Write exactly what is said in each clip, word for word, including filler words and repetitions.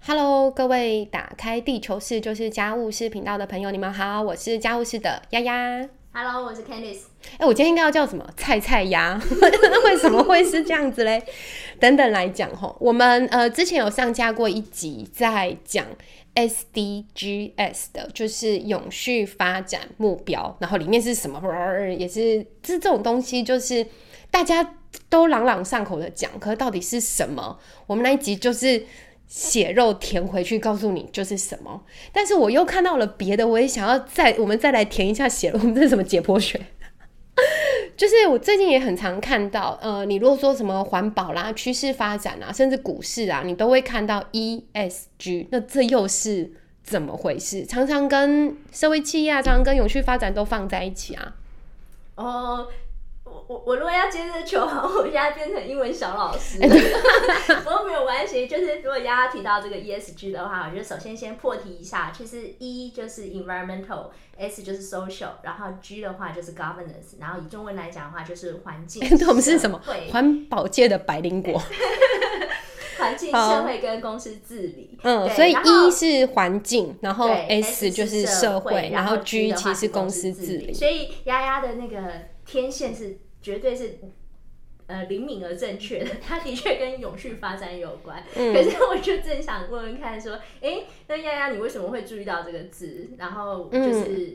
Hello，各位打开地球室就是家务事频道的朋友，你们好，我是家务事的丫丫。 Hello， 我是 Candice。 哎，我今天应该要叫什么？菜菜鸭？为什么会是这样子嘞？等等来讲吼，我们呃之前有上架过一集在讲 S D Gs 的，就是永续发展目标，然后里面是什么？也是这种东西，就是大家都朗朗上口的讲，可是到底是什么？我们那一集就是血肉填回去告诉你就是什么，但是我又看到了别的，我也想要再我们再来填一下血肉。我们这是什么解剖学？就是我最近也很常看到，呃，你如果说什么环保啦、趋势发展啊，甚至股市啊，你都会看到 E S G， 那这又是怎么回事？常常跟社会企业啊，常常跟永续发展都放在一起啊。 哦。我我我如果要接这个球，我现在变成英文小老师了，不过没有关系。就是如果丫丫提到这个 E S G 的话，我就首先先破题一下。其实 E 就是 environmental，S 就是 social， 然后 G 的话就是 governance， 然后以中文来讲的话就是环境。 对，我们是什么？环保界的百灵果。 环境、社会跟公司治理。 嗯，所以 E 是环境，然后 S 就是社会， 然后 G 其实是公司治理。 所以丫丫的那个天线是绝对是呃灵敏而正确的，它的确跟永续发展有关。嗯、可是我就正想问问看，说，哎、欸，那丫丫你为什么会注意到这个字？然后就是、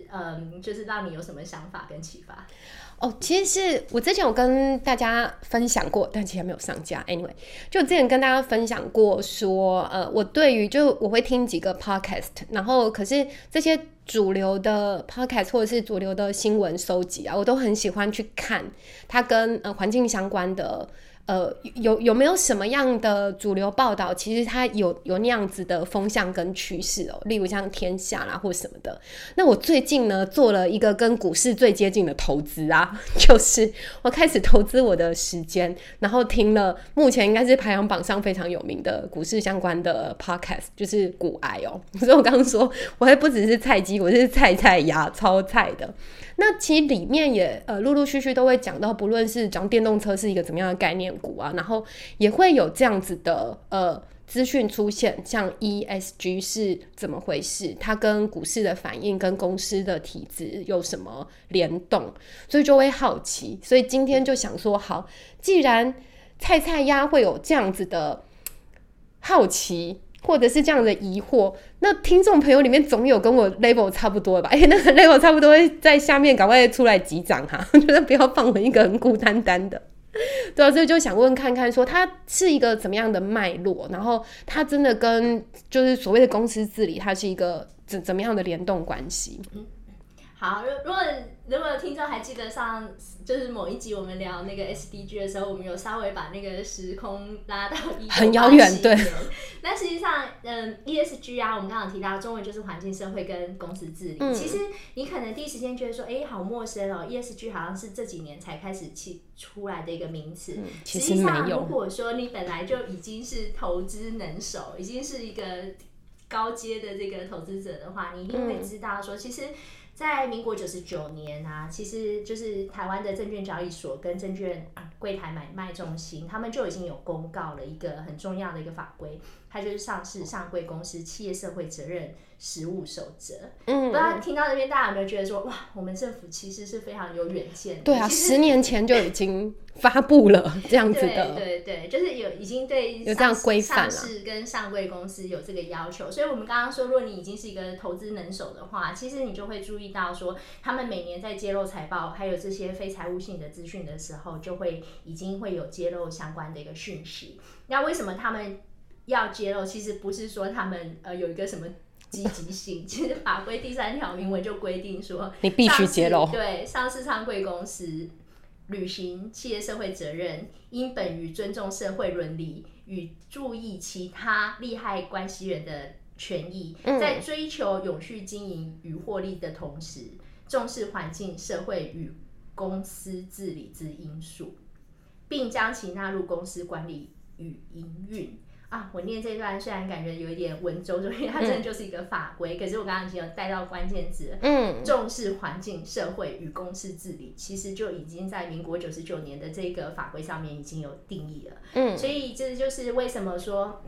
嗯、呃，就是让你有什么想法跟启发？ 哦，其实是我之前有跟大家分享过，但其实还没有上架。Anyway， 就之前跟大家分享过说，呃，我对于就我会听几个 podcast， 然后可是这些主流的 podcast 或者是主流的新闻收集啊，我都很喜欢去看它跟呃环境相关的。呃，有有没有什么样的主流报道？其实它有有那样子的风向跟趋势哦，例如像天下啦或什么的。那我最近呢做了一个跟股市最接近的投资啊，就是我开始投资我的时间，然后听了目前应该是排行榜上非常有名的股市相关的 podcast， 就是股癌哦。所以我刚刚说我还不只是菜鸡，我是菜菜鸭，超菜的。那其实里面也呃陆陆续续都会讲到，不论是讲电动车是一个怎么样的概念股啊，然后也会有这样子的呃资讯出现，像 E S G 是怎么回事，它跟股市的反应跟公司的体质有什么联动，所以就会好奇，所以今天就想说，好，既然菜菜鸭会有这样子的好奇或者是这样的疑惑，那听众朋友里面总有跟我 level 差不多的吧？哎、欸，那个 level 差不多会在下面赶快出来击掌哈，就是不要放我一个很孤单单的。对啊，所以就想问看看说它是一个怎么样的脉络，然后它真的跟就是所谓的公司治理，它是一个怎怎么样的联动关系？ 嗯，好，如果如果听众还记得上就是某一集我们聊那个 S D G 的时候，我们有稍微把那个时空拉到很遥远，对。 那实际上，嗯 ，E S G 啊，我们刚刚提到中文就是环境、社会跟公司治理。嗯、其实你可能第一时间觉得说，哎、欸，好陌生哦 ，E S G 好像是这几年才开始起出来的一个名词。嗯、 其实没有。实际上， 如果说你本来就已经是投资能手，已经是一个高阶的这个投资者的话，你一定会知道说，其实。在民国九十九年啊，其实就是台湾的证券交易所跟证券柜台买卖中心，他们就已经有公告了一个很重要的一个法规，它就是上市上柜公司企业社会责任实务守则。嗯，不知道听到这边大家有没有觉得说，哇，我们政府其实是非常有远见的。 对啊，十年前就已经发布了这样子的， 对对对，就是有已经对有这样规范了， 上市跟上柜公司有这个要求。所以我们刚刚说，如果你已经是一个投资能手的话，其实你就会注意到说，他们每年在揭露财报还有这些非财务性的资讯的时候，就会已经会有揭露相关的一个讯息。那为什么他们要揭露？其实不是说他们呃有一个什么积极性，其实法规第三条明文就规定说， 你必须揭露。 对，上市上柜公司履行企业社会责任，应本于尊重社会伦理与注意其他利害关系人的权益，嗯、在追求永续经营与获利的同时，重视环境、社会与公司治理之因素，并将其纳入公司管理与营运。啊，我念这段虽然感觉有一点文绉绉，因为它真的就是一个法规、嗯，可是我刚刚已经有带到关键字，嗯，重视环境、社会与公司治理，其实就已经在民国九十九年的这个法规上面已经有定义了，嗯，所以这就是为什么说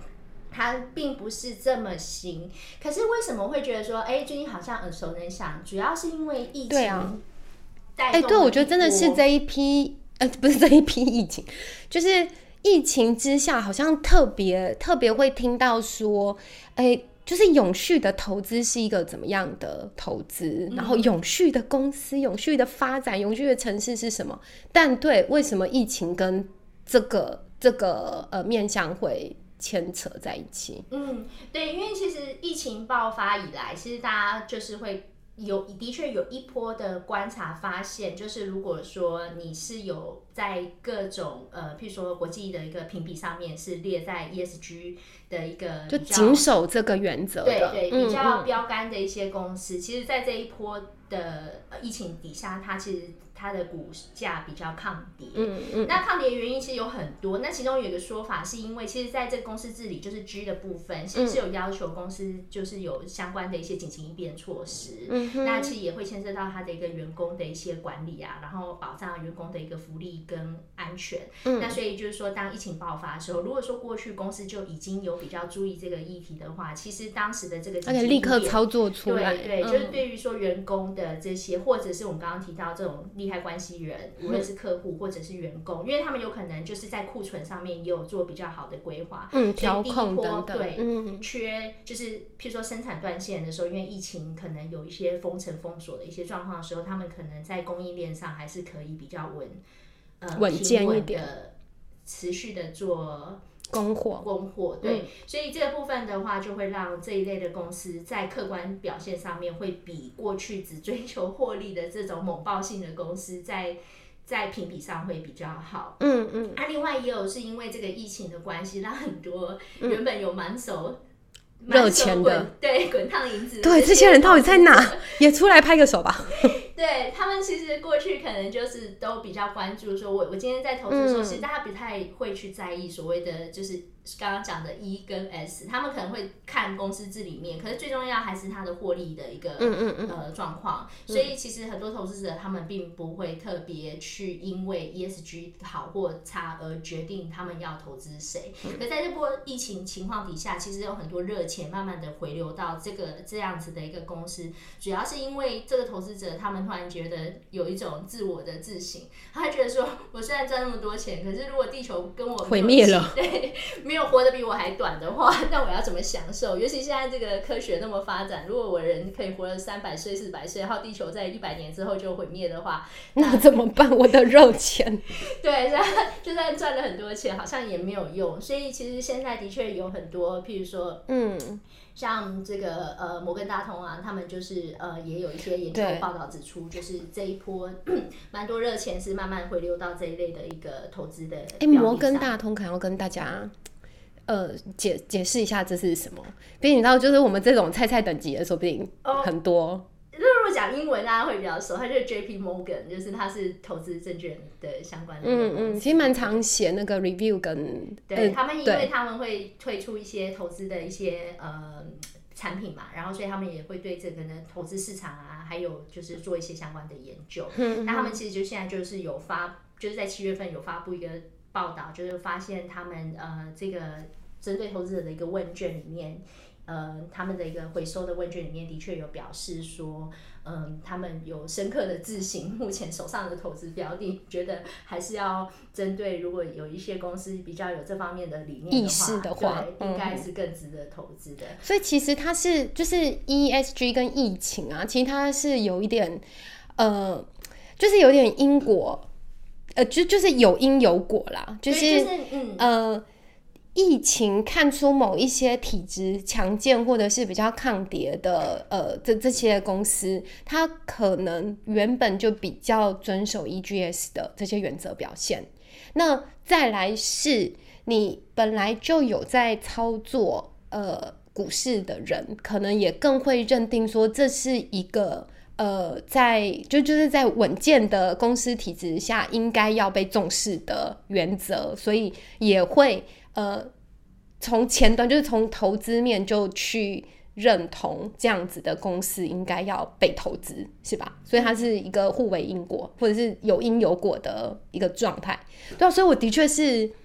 它并不是这么新。可是为什么会觉得说，哎，最近好像耳熟能详？主要是因为疫情带动了一波。 哎，对，我觉得真的是这一批，呃，不是这一批疫情，就是疫情之下，好像特别特别会听到说，哎。就是永续的投资是一个怎么样的投资，然后永续的公司、永续的发展、永续的城市是什么？但对，为什么疫情跟这个这个呃面向会牵扯在一起？ 嗯，对，因为其实疫情爆发以来，其实大家就是会。有的确有一波的观察发现，就是如果说你是有在各种呃，譬如说国际的一个评比上面是列在 E S G 的一个就谨守这个原则的， 对对，比较标杆的一些公司，嗯、其实在这一波的疫情底下，它其实它的股价比较抗跌。嗯嗯。那抗跌的原因其实有很多，那其中有一个说法是因为，其实在这个公司治理就是 G 的部分，其实是有要求公司就是有相关的一些紧急应变措施。嗯。那其实也会牵涉到他的一个员工的一些管理啊，然后保障员工的一个福利跟安全。嗯。那所以就是说，当疫情爆发的时候，如果说过去公司就已经有比较注意这个议题的话，其实当时的这个紧急应变， 而且立刻操作出来。 对对，嗯、就是对于说员工的这些，或者是我们刚刚提到这种利害关系人，无论是客户或者是员工，因为他们有可能就是在库存上面也有做比较好的规划， 嗯，调控等等， 对，嗯，缺就是譬如说生产断线的时候，因为疫情可能有一些封城封锁的一些状况的时候，他们可能在供应链上还是可以比较稳，呃， 稳健一点的，持续的做。 供货， 供货，对、嗯，所以这个部分的话，就会让这一类的公司在客观表现上面，会比过去只追求获利的这种猛爆性的公司在，在评比上会比较好。嗯嗯。啊，另外也有是因为这个疫情的关系，让很多原本有满手。 热钱的， 对，滚烫银子， 对，这些人到底在哪？也出来拍个手吧。 对，他们其实过去可能就是都比较关注说，我我今天在投资的时候，嗯、其实大家不太会去在意所谓的就是刚刚讲的 E 跟 S， 他们可能会看公司治理面，可是最重要还是它的获利的一个嗯嗯嗯呃状况。所以其实很多投资者他们并不会特别去因为 E S G 好或差而决定他们要投资谁。嗯、可在这波疫情情况底下，其实有很多热钱慢慢的回流到这个这样子的一个公司，主要是因为这个投资者他们突然觉得有一种自我的自省，他会觉得说，我虽然赚那么多钱，可是如果地球跟我毁灭了， 对，没有活得比我还短的话，那我要怎么享受？尤其现在这个科学那么发展，如果我人可以活了三百岁、四百岁，然后地球在一百年之后就毁灭的话， 那怎么办？我的肉钱， 对，就算赚了很多钱，好像也没有用。所以其实现在的确有很多，譬如说，嗯。像这个呃摩根大通啊，他们就是呃也有一些研究报道指出，就是这一波蛮多热钱是慢慢回流到这一类的一个投资的。哎、欸， 摩根大通可能要跟大家呃解解释一下这是什么，毕竟你知道，就是我们这种菜菜等级的，说不定很多。哦， 如果讲英文，大家会比较熟，它就是 J P Morgan， 就是它是投资证券的相关的。嗯嗯， 其实蛮常写那个 review 跟对、呃、他们，因为他们会推出一些投资的一些呃产品嘛，然后所以他们也会对这个呢投资市场啊，还有就是做一些相关的研究。嗯、那他们其实就现在就是有发，就是在七月份有发布一个报道，就是发现他们呃这个针对投资者的一个问卷里面。呃，他们的一个回收的问卷里面的确有表示说，嗯，他们有深刻的自省，目前手上的投资标的，觉得还是要针对如果有一些公司比较有这方面的理念的话， 意识的话， 对，应该是更值得投资的。 所以其实它是就是 E S G 跟疫情啊，其实它是有一点，呃，就是有点因果，呃，就就是有因有果啦，就是、 就是嗯、 呃。疫情看出某一些体质强健或者是比较抗跌的呃这这些公司，它可能原本就比较遵守 E G S 的这些原则表现。那再来是你本来就有在操作呃股市的人，可能也更会认定说这是一个呃在就就是在稳健的公司体制下应该要被重视的原则，所以也会呃，从前端就是从投资面就去认同这样子的公司应该要被投资，是吧？所以它是一个互为因果，或者是有因有果的一个状态。对啊，所以我的确是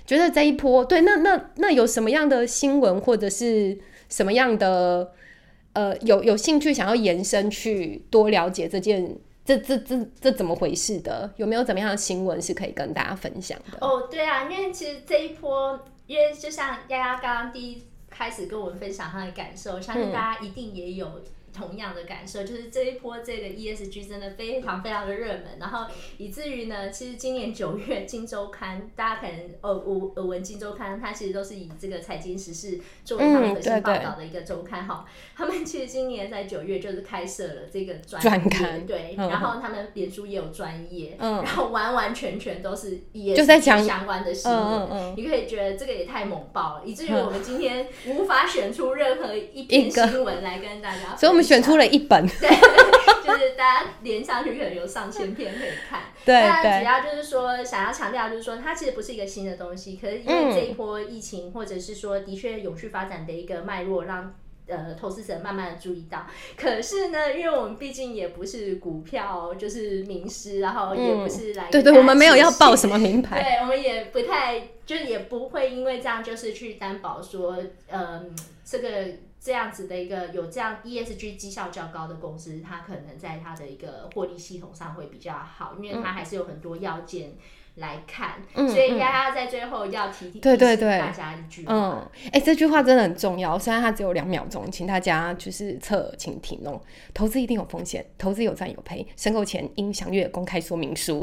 觉得这一波对，那那那有什么样的新闻或者是什么样的呃有有兴趣想要延伸去多了解这件这这这这怎么回事的？有没有怎么样的新闻是可以跟大家分享的？ 哦，对啊，因为其实这一波，因为就像丫丫刚刚第一开始跟我们分享她的感受，相信大家一定也有同样的感受，就是这一波这个 E S G 真的非常非常的热门，然后以至于呢，其实今年九月《金周刊》，大家可能耳耳耳闻《金周刊》，它其实都是以这个财经时事作为他们核心报道的一个周刊哈、嗯。他们其实今年在九月就是开设了这个专刊，对、嗯，然后他们脸书也有专页、嗯，然后完完全全都是 E S G 相关的新闻、嗯嗯嗯，你可以觉得这个也太猛爆了，以至于我们今天无法选出任何一篇新闻来跟大家分享， 所以我们选出了一本， 对，就是大家连上去可能有上千篇可以看。 对， 那主要就是说想要强调，就是说它其实不是一个新的东西，可是因为这一波疫情，嗯、或者是说的确永续发展的一个脉络，让呃投资者慢慢的注意到。可是呢，因为我们毕竟也不是股票就是名师，然后也不是来、嗯、 对对，我们没有要报什么名牌， 对，我们也不太就是也不会因为这样就是去担保说，嗯，这个。这样子的一个有这样 E S G 绩效较高的公司，它可能在它的一个获利系统上会比较好，因为它还是有很多要件来看，嗯、所以丫丫在最后要提提、嗯、提醒大家一句话， 嗯，哎、欸，这句话真的很重要，虽然它只有两秒钟，请大家就是侧耳倾听哦。投资一定有风险，投资有赚有赔，申购前应详阅公开说明书。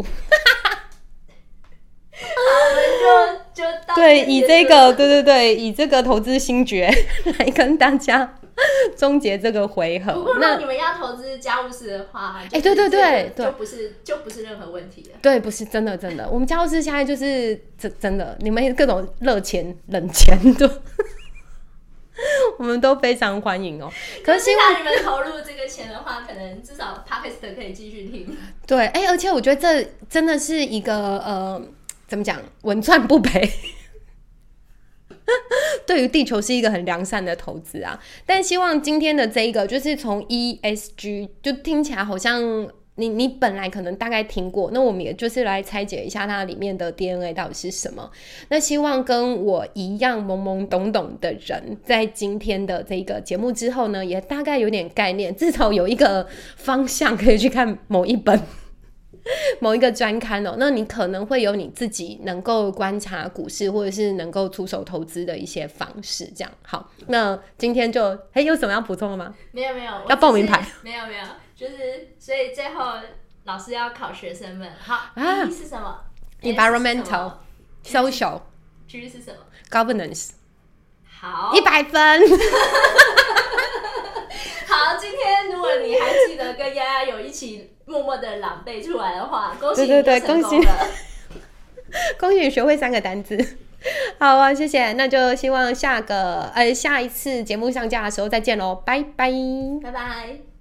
好，我们就就到对，以这个对对对，以这个投资心诀来跟大家终结这个回合。 不过，如果你们要投资家务事的话，哎、 欸，对对对， 就不是就不是任何问题了。 对，不是真的真的，我们家务事现在就是真真的，你们各种热钱冷钱都。我们都非常欢迎哦。 可是希望你们投入这个钱的话，可能至少 Podcast 可以继续听。 对，哎、欸，而且我觉得这真的是一个呃。怎么讲？稳赚不赔，对于地球是一个很良善的投资啊。但希望今天的这一个，就是从 E S G 就听起来好像你你本来可能大概听过，那我们也就是来拆解一下它里面的 D N A 到底是什么。那希望跟我一样懵懵懂懂的人，在今天的这个节目之后呢，也大概有点概念，至少有一个方向可以去看某一本。某一个专刊哦，那你可能会有你自己能够观察股市或者是能够出手投资的一些方式，这样好。那今天就哎、欸、有什么要补充的吗？ 没有没有， 要报名牌？ 没有没有，就是所以最后老师要考学生们，好，第、啊、一是什么 ？Environmental, social, G 是什么 ？Governance。 好， 一百分。 好，今天如果你还记得跟丫丫有一起默默的朗背出来的话，恭喜你对对对， 成功了， 恭喜你学会三个单字。好啊，谢谢，那就希望下个呃下一次节目上架的时候再见喽，拜拜， 拜拜。